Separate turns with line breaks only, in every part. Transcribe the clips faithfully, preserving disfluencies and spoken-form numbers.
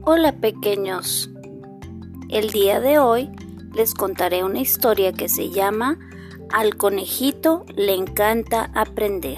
Hola pequeños, el día de hoy les contaré una historia que se llama Al conejito le encanta aprender,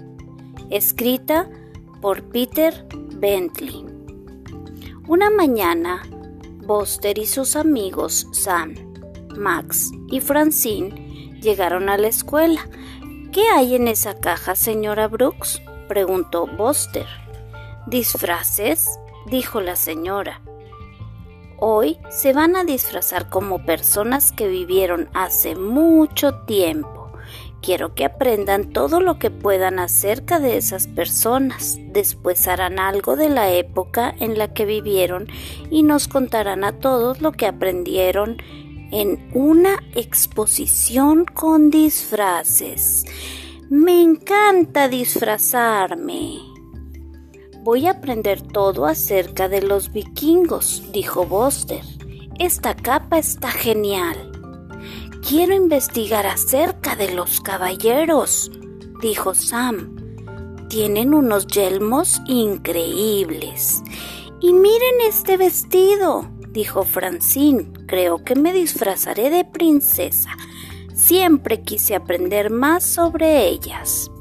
escrita por Peter Bentley. Una mañana, Buster y sus amigos Sam, Max y Francine llegaron a la escuela. ¿Qué hay en esa caja, señora Brooks?, preguntó Buster. ¿Disfraces?, dijo la señora. Hoy se van a disfrazar como personas que vivieron hace mucho tiempo. Quiero que aprendan todo lo que puedan acerca de esas personas. Después harán algo de la época en la que vivieron y nos contarán a todos lo que aprendieron en una exposición con disfraces. Me encanta disfrazarme. Voy a aprender todo acerca de los vikingos, dijo Buster. Esta capa está genial. Quiero investigar acerca de los caballeros, dijo Sam. Tienen unos yelmos increíbles. Y miren este vestido, dijo Francine. Creo que me disfrazaré de princesa. Siempre quise aprender más sobre ellas.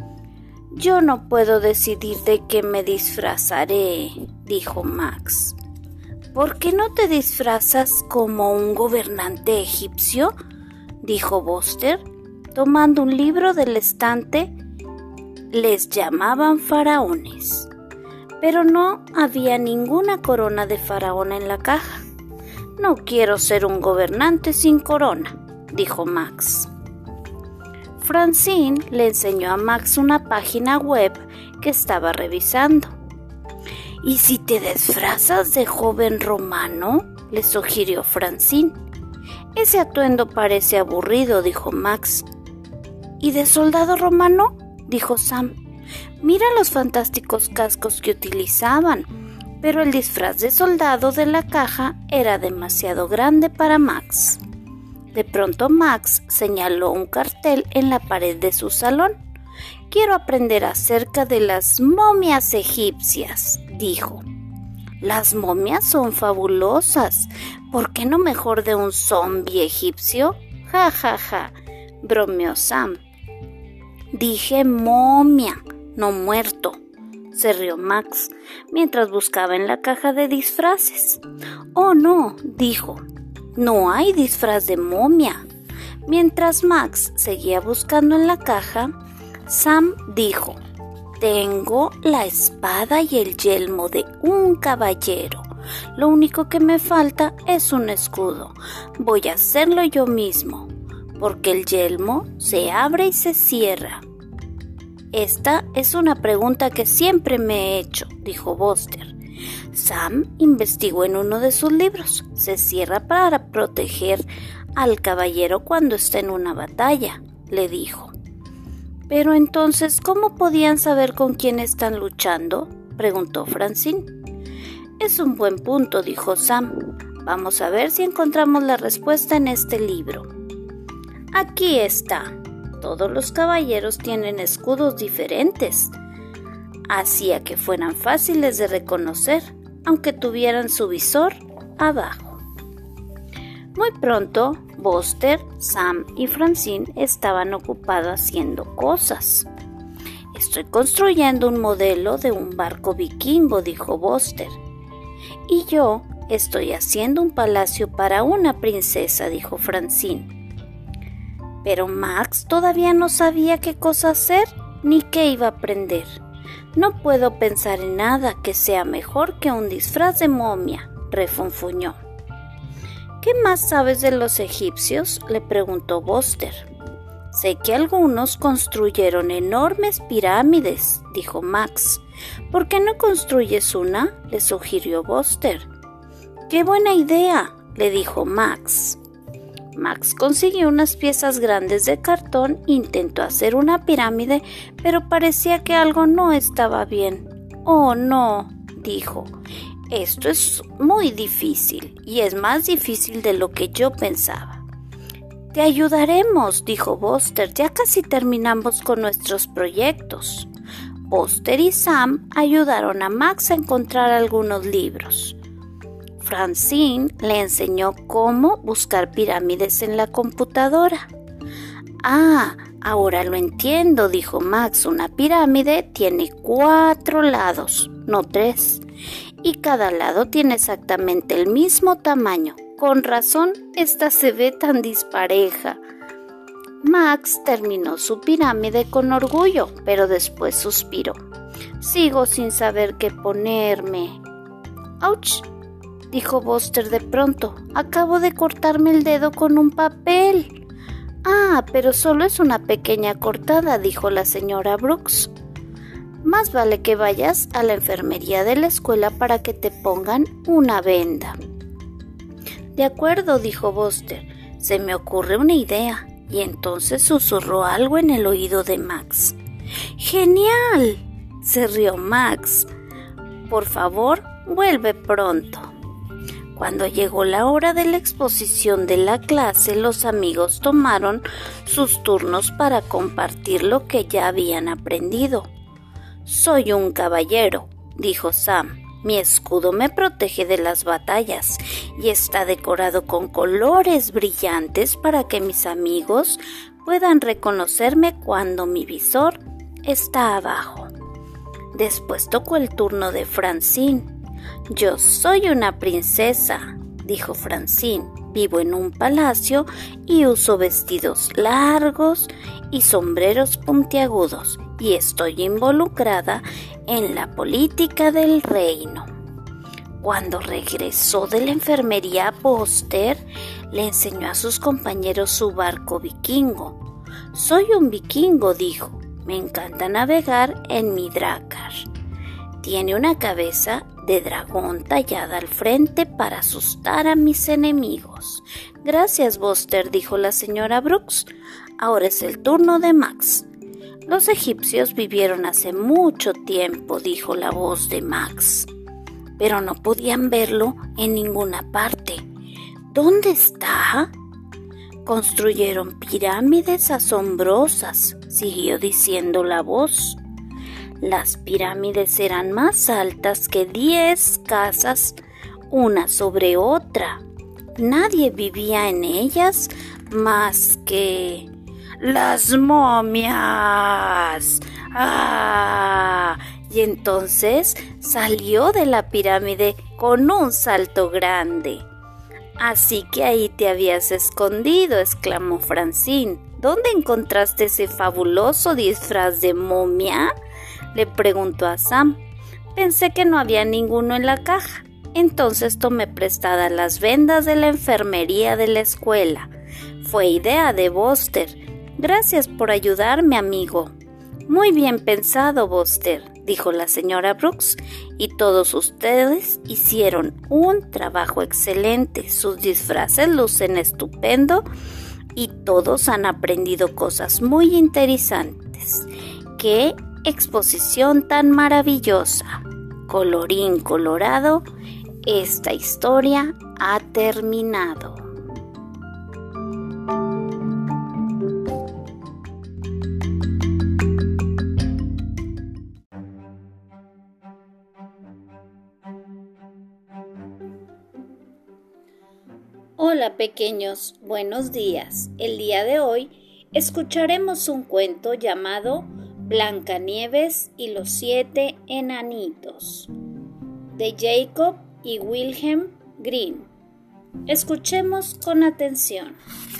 Yo no puedo decidir de qué me disfrazaré, dijo Max. ¿Por qué no te disfrazas como un gobernante egipcio?, dijo Buster, tomando un libro del estante. Les llamaban faraones, pero no había ninguna corona de faraón en la caja. No quiero ser un gobernante sin corona, dijo Max. Francine le enseñó a Max una página web que estaba revisando. ¿Y si te disfrazas de joven romano?, le sugirió Francine. Ese atuendo parece aburrido, dijo Max. ¿Y de soldado romano?, dijo Sam. Mira los fantásticos cascos que utilizaban, pero el disfraz de soldado de la caja era demasiado grande para Max. De pronto Max señaló un cartel en la pared de su salón. Quiero aprender acerca de las momias egipcias, dijo. Las momias son fabulosas. ¿Por qué no mejor de un zombi egipcio? Ja, ja, ja, bromeó Sam. Dije momia, no muerto, se rió Max mientras buscaba en la caja de disfraces. Oh no, dijo. No hay disfraz de momia. Mientras Max seguía buscando en la caja, Sam dijo: Tengo la espada y el yelmo de un caballero. Lo único que me falta es un escudo. Voy a hacerlo yo mismo, porque el yelmo se abre y se cierra. Esta es una pregunta que siempre me he hecho, dijo Buster. Sam investigó en uno de sus libros. Se cierra para proteger al caballero cuando está en una batalla, le dijo. Pero entonces, ¿cómo podían saber con quién están luchando?, preguntó Francine. Es un buen punto, dijo Sam. Vamos a ver si encontramos la respuesta en este libro. Aquí está. Todos los caballeros tienen escudos diferentes. Hacía que fueran fáciles de reconocer, aunque tuvieran su visor abajo. Muy pronto, Buster, Sam y Francine estaban ocupados haciendo cosas. Estoy construyendo un modelo de un barco vikingo, dijo Buster. Y yo estoy haciendo un palacio para una princesa, dijo Francine. Pero Max todavía no sabía qué cosa hacer ni qué iba a aprender. No puedo pensar en nada que sea mejor que un disfraz de momia, refunfuñó. ¿Qué más sabes de los egipcios?, le preguntó Buster. Sé que algunos construyeron enormes pirámides, dijo Max. ¿Por qué no construyes una?, le sugirió Buster. ¡Qué buena idea!, le dijo Max. Max consiguió unas piezas grandes de cartón e intentó hacer una pirámide, pero parecía que algo no estaba bien. «Oh, no», dijo. «Esto es muy difícil, y es más difícil de lo que yo pensaba». «Te ayudaremos», dijo Buster. «Ya casi terminamos con nuestros proyectos». Buster y Sam ayudaron a Max a encontrar algunos libros. Francine le enseñó cómo buscar pirámides en la computadora. Ah, ahora lo entiendo, dijo Max. Una pirámide tiene cuatro lados, no tres. Y cada lado tiene exactamente el mismo tamaño. Con razón, esta se ve tan dispareja. Max terminó su pirámide con orgullo, pero después suspiró. Sigo sin saber qué ponerme. ¡Auch!, dijo Buster de pronto. Acabo de cortarme el dedo con un papel. Ah, pero solo es una pequeña cortada, dijo la señora Brooks. Más vale que vayas a la enfermería de la escuela para que te pongan una venda. De acuerdo, dijo Buster. Se me ocurre una idea. Y entonces susurró algo en el oído de Max. ¡Genial!, se rió Max. Por favor, vuelve pronto. Cuando llegó la hora de la exposición de la clase, los amigos tomaron sus turnos para compartir lo que ya habían aprendido. Soy un caballero, dijo Sam. Mi escudo me protege de las batallas y está decorado con colores brillantes para que mis amigos puedan reconocerme cuando mi visor está abajo. Después tocó el turno de Francine. Yo soy una princesa, dijo Francine. Vivo en un palacio y uso vestidos largos y sombreros puntiagudos y estoy involucrada en la política del reino. Cuando regresó de la enfermería, Buster le enseñó a sus compañeros su barco vikingo. Soy un vikingo, dijo. Me encanta navegar en mi drakkar. Tiene una cabeza de dragón tallada al frente para asustar a mis enemigos. Gracias, Buster, dijo la señora Brooks. Ahora es el turno de Max. Los egipcios vivieron hace mucho tiempo, dijo la voz de Max. Pero no podían verlo en ninguna parte. ¿Dónde está? Construyeron pirámides asombrosas, siguió diciendo la voz. Las pirámides eran más altas que diez casas, una sobre otra. Nadie vivía en ellas más que las momias. ¡Ah! Y entonces salió de la pirámide con un salto grande. Así que ahí te habías escondido, exclamó Francine. ¿Dónde encontraste ese fabuloso disfraz de momia?, le preguntó a Sam. Pensé que no había ninguno en la caja. Entonces tomé prestadas las vendas de la enfermería de la escuela. Fue idea de Buster. Gracias por ayudarme, amigo. Muy bien pensado, Buster, dijo la señora Brooks, y todos ustedes hicieron un trabajo excelente. Sus disfraces lucen estupendo y todos han aprendido cosas muy interesantes. ¡Qué exposición tan maravillosa! Colorín colorado, esta historia ha terminado. Hola pequeños, buenos días. El día de hoy escucharemos un cuento llamado Blancanieves y los siete enanitos, de Jacob y Wilhelm Grimm. Escuchemos con atención.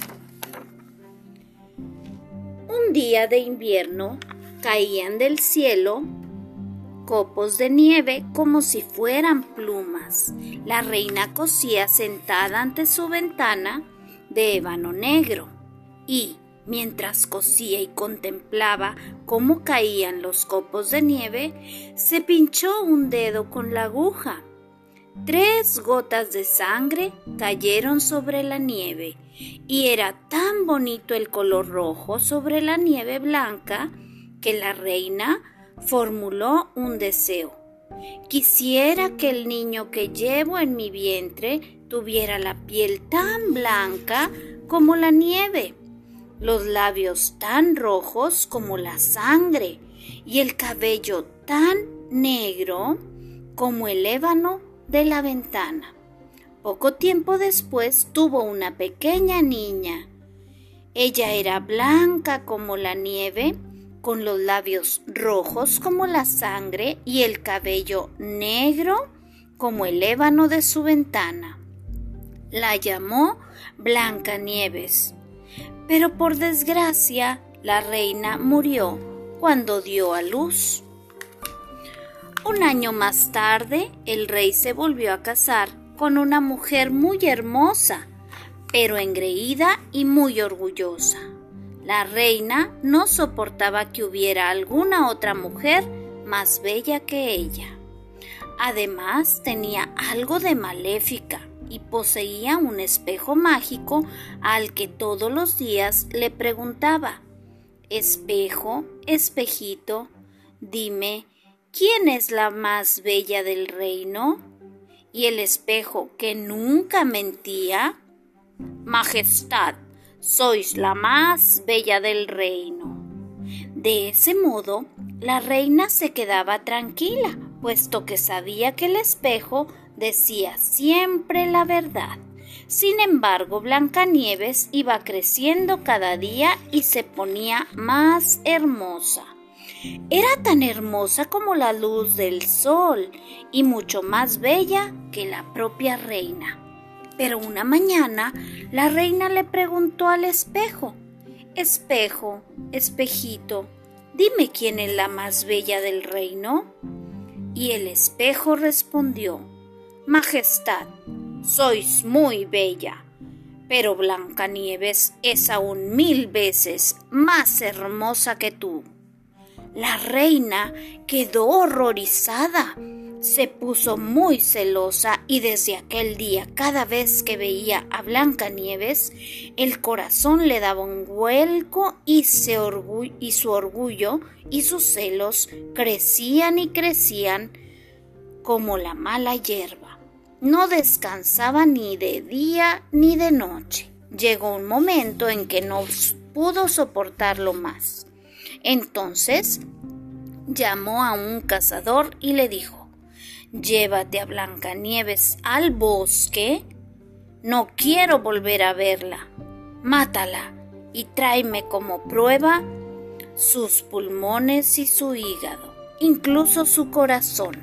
Un día de invierno caían del cielo copos de nieve como si fueran plumas. La reina cosía sentada ante su ventana de ébano negro y, mientras cosía y contemplaba cómo caían los copos de nieve, se pinchó un dedo con la aguja. Tres gotas de sangre cayeron sobre la nieve y era tan bonito el color rojo sobre la nieve blanca que la reina formuló un deseo. Quisiera que el niño que llevo en mi vientre tuviera la piel tan blanca como la nieve, los labios tan rojos como la sangre y el cabello tan negro como el ébano de la ventana. Poco tiempo después tuvo una pequeña niña. Ella era blanca como la nieve, con los labios rojos como la sangre y el cabello negro como el ébano de su ventana. La llamó Blancanieves, pero por desgracia la reina murió cuando dio a luz. Un año más tarde, el rey se volvió a casar con una mujer muy hermosa, pero engreída y muy orgullosa. La reina no soportaba que hubiera alguna otra mujer más bella que ella. Además, tenía algo de maléfica y poseía un espejo mágico al que todos los días le preguntaba: «Espejo, espejito, dime, ¿quién es la más bella del reino?». Y el espejo, que nunca mentía: «Majestad, sois la más bella del reino». De ese modo, la reina se quedaba tranquila, puesto que sabía que el espejo decía siempre la verdad. Sin embargo, Blancanieves iba creciendo cada día y se ponía más hermosa. Era tan hermosa como la luz del sol y mucho más bella que la propia reina. Pero una mañana la reina le preguntó al espejo: «Espejo, espejito, dime quién es la más bella del reino». Y el espejo respondió: «Majestad, sois muy bella, pero Blancanieves es aún mil veces más hermosa que tú». La reina quedó horrorizada, se puso muy celosa y desde aquel día, cada vez que veía a Blancanieves, el corazón le daba un vuelco y, se orgu- y su orgullo y sus celos crecían y crecían como la mala hierba. No descansaba ni de día ni de noche. Llegó un momento en que no pudo soportarlo más. Entonces llamó a un cazador y le dijo: «Llévate a Blancanieves al bosque. No quiero volver a verla. Mátala y tráeme como prueba sus pulmones y su hígado, incluso su corazón».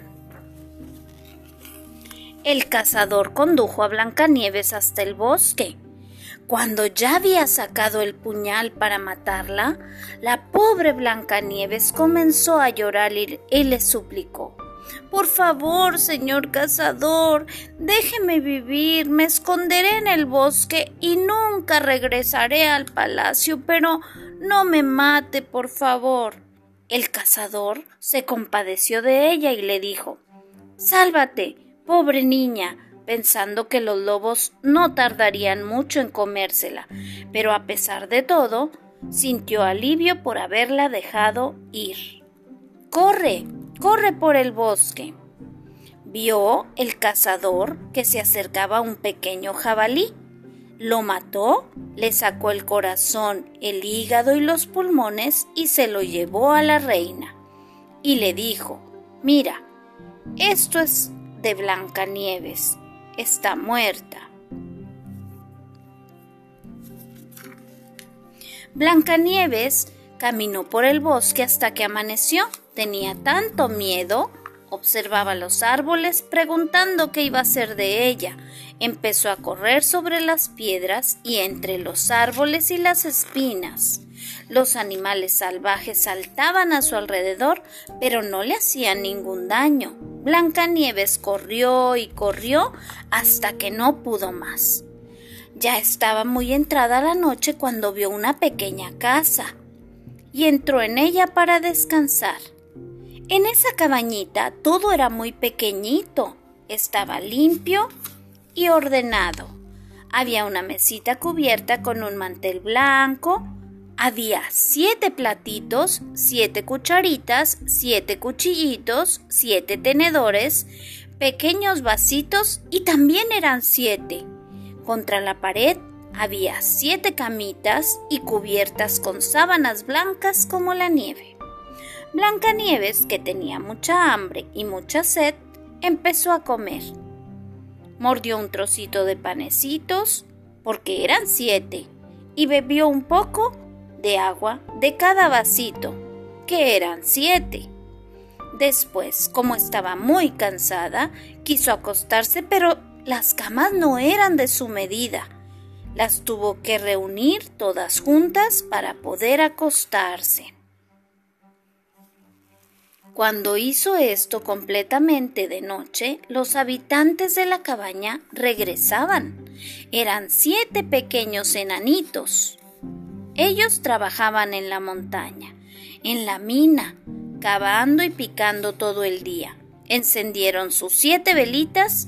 El cazador condujo a Blancanieves hasta el bosque. Cuando ya había sacado el puñal para matarla, la pobre Blancanieves comenzó a llorar y, y le suplicó: «Por favor, señor cazador, déjeme vivir, me esconderé en el bosque y nunca regresaré al palacio, pero no me mate, por favor». El cazador se compadeció de ella y le dijo: «Sálvate, pobre niña», pensando que los lobos no tardarían mucho en comérsela, pero a pesar de todo, sintió alivio por haberla dejado ir. «Corre, corre por el bosque». Vio el cazador que se acercaba a un pequeño jabalí. Lo mató, le sacó el corazón, el hígado y los pulmones y se lo llevó a la reina. Y le dijo: «Mira, esto es de Blancanieves. Está muerta». Blancanieves caminó por el bosque hasta que amaneció. Tenía tanto miedo, observaba los árboles preguntando qué iba a ser de ella. Empezó a correr sobre las piedras y entre los árboles y las espinas. Los animales salvajes saltaban a su alrededor, pero no le hacían ningún daño. Blancanieves corrió y corrió hasta que no pudo más. Ya estaba muy entrada la noche cuando vio una pequeña casa y entró en ella para descansar. En esa cabañita todo era muy pequeñito, estaba limpio y ordenado. Había una mesita cubierta con un mantel blanco. Había siete platitos, siete cucharitas, siete cuchillitos, siete tenedores, pequeños vasitos y también eran siete. Contra la pared había siete camitas y cubiertas con sábanas blancas como la nieve. Blancanieves, que tenía mucha hambre y mucha sed, empezó a comer. mordió un trocito de panecitos, porque eran siete, y bebió un poco de agua de cada vasito, que eran siete. Después, como estaba muy cansada, quiso acostarse, pero las camas no eran de su medida. Las tuvo que reunir todas juntas para poder acostarse. Cuando hizo esto completamente de noche, los habitantes de la cabaña regresaban. Eran siete pequeños enanitos. Ellos trabajaban en la montaña, en la mina, cavando y picando todo el día. Encendieron sus siete velitas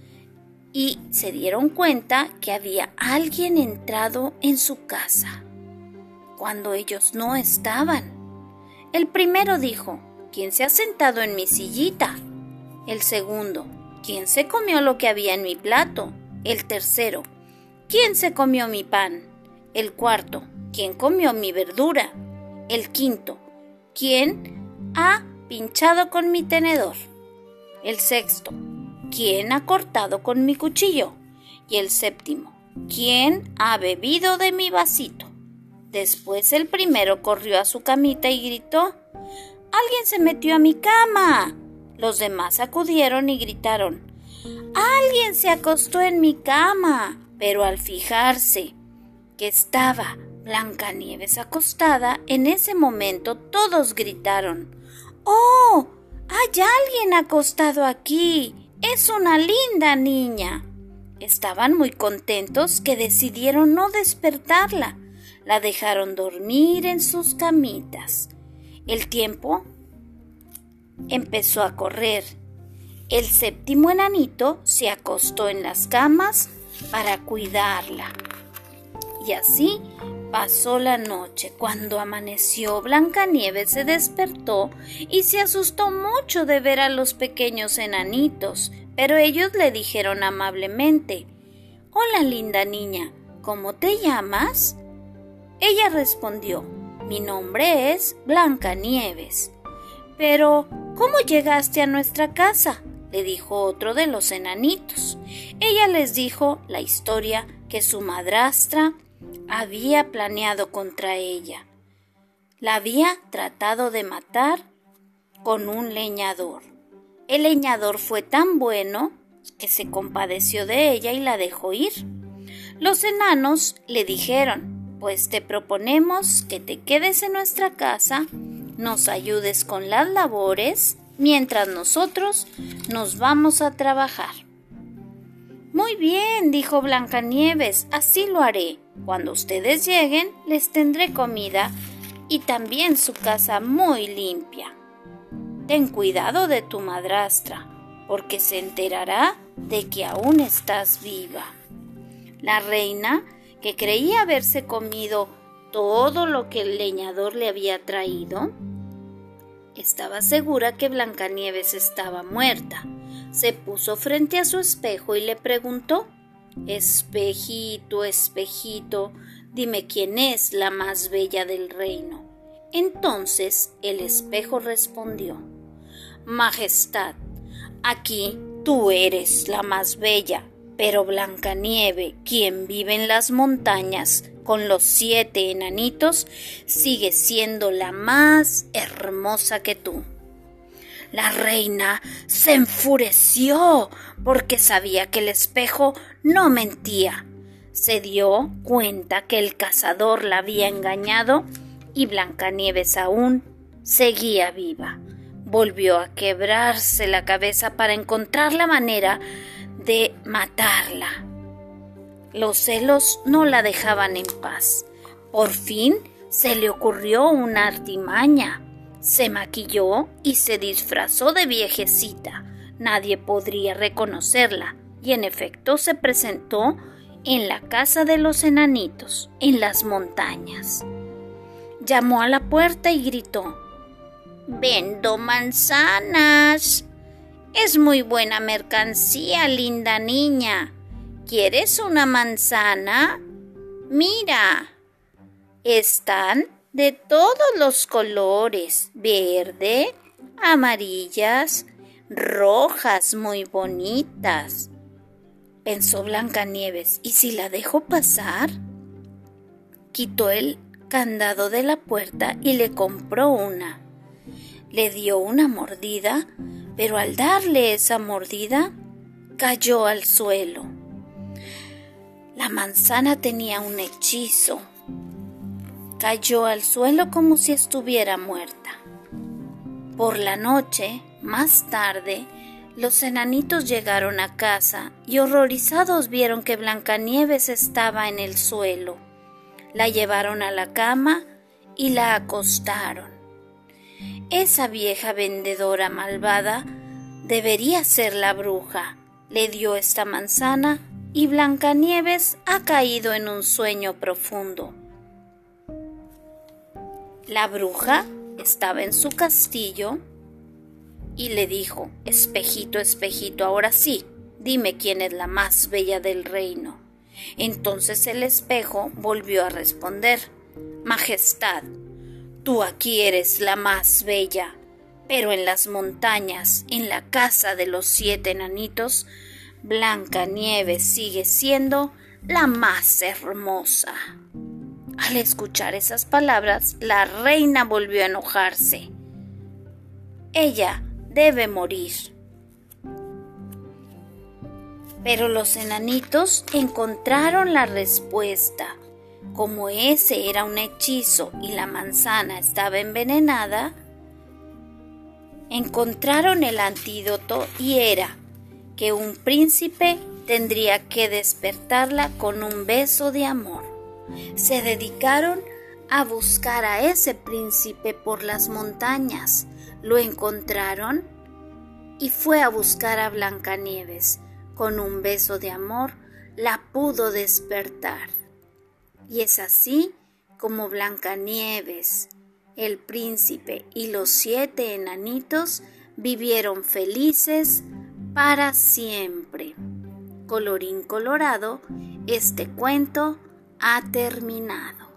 y se dieron cuenta que había alguien entrado en su casa cuando ellos no estaban. El primero dijo: ¿quién se ha sentado en mi sillita? El segundo: ¿quién se comió lo que había en mi plato? El tercero: ¿quién se comió mi pan? El cuarto: ¿quién comió mi verdura? El quinto: ¿quién ha pinchado con mi tenedor? El sexto: ¿quién ha cortado con mi cuchillo? Y el séptimo: ¿quién ha bebido de mi vasito? Después el primero corrió a su camita y gritó: ¡alguien se metió a mi cama! Los demás acudieron y gritaron: ¡alguien se acostó en mi cama! Pero al fijarse que estaba Blancanieves acostada, en ese momento todos gritaron: ¡oh! ¡hay alguien acostado aquí! ¡Es una linda niña! Estaban muy contentos que decidieron no despertarla. La dejaron dormir en sus camitas. El tiempo empezó a correr. El séptimo enanito se acostó en las camas para cuidarla. Y así pasó la noche. Cuando amaneció, Blancanieves se despertó y se asustó mucho de ver a los pequeños enanitos, pero ellos le dijeron amablemente: «Hola, linda niña, ¿cómo te llamas?». Ella respondió: «Mi nombre es Blancanieves». «Pero, ¿cómo llegaste a nuestra casa?», le dijo otro de los enanitos. Ella les dijo la historia que su madrastra había planeado contra ella. La había tratado de matar con un leñador. El leñador fue tan bueno que se compadeció de ella y la dejó ir. Los enanos le dijeron: «Pues te proponemos que te quedes en nuestra casa, nos ayudes con las labores, mientras nosotros nos vamos a trabajar». «Muy bien», dijo Blancanieves, «así lo haré. Cuando ustedes lleguen, les tendré comida y también su casa muy limpia. Ten cuidado de tu madrastra, porque se enterará de que aún estás viva». La reina, que creía haberse comido todo lo que el leñador le había traído, estaba segura que Blancanieves estaba muerta. Se puso frente a su espejo y le preguntó: «Espejito, espejito, dime quién es la más bella del reino». Entonces el espejo respondió: «Majestad, aquí tú eres la más bella, pero Blancanieves, quien vive en las montañas con los siete enanitos, sigue siendo la más hermosa que tú». La reina se enfureció porque sabía que el espejo no mentía. Se dio cuenta que el cazador la había engañado y Blancanieves aún seguía viva. Volvió a quebrarse la cabeza para encontrar la manera de matarla. Los celos no la dejaban en paz. Por fin se le ocurrió una artimaña. Se maquilló y se disfrazó de viejecita. Nadie podría reconocerla, y en efecto se presentó en la casa de los enanitos, en las montañas. Llamó a la puerta y gritó: «Vendo manzanas. Es muy buena mercancía, linda niña. ¿Quieres una manzana? Mira, están de todos los colores: verde, amarillas, rojas muy bonitas». pensó Blancanieves, ¿y si la dejo pasar? Quitó el candado de la puerta y le compró una. Le dio una mordida, pero al darle esa mordida, cayó al suelo. La manzana tenía un hechizo. Cayó al suelo como si estuviera muerta. Por la noche, más tarde, los enanitos llegaron a casa y horrorizados vieron que Blancanieves estaba en el suelo. La llevaron a la cama y la acostaron. Esa vieja vendedora malvada debería ser la bruja. Le dio esta manzana y Blancanieves ha caído en un sueño profundo. La bruja estaba en su castillo y le dijo: espejito, espejito, ahora sí, dime quién es la más bella del reino. Entonces el espejo volvió a responder: Majestad, tú aquí eres la más bella, pero en las montañas, en la casa de los siete enanitos, Blancanieves sigue siendo la más hermosa. Al escuchar esas palabras, la reina volvió a enojarse. Ella debe morir. Pero los enanitos encontraron la respuesta. Como ese era un hechizo y la manzana estaba envenenada, encontraron el antídoto y era que un príncipe tendría que despertarla con un beso de amor. Se dedicaron a buscar a ese príncipe por las montañas. Lo encontraron y fue a buscar a Blancanieves. Con un beso de amor la pudo despertar. Y es así como Blancanieves, el príncipe y los siete enanitos vivieron felices para siempre. Colorín colorado, este cuento ha terminado.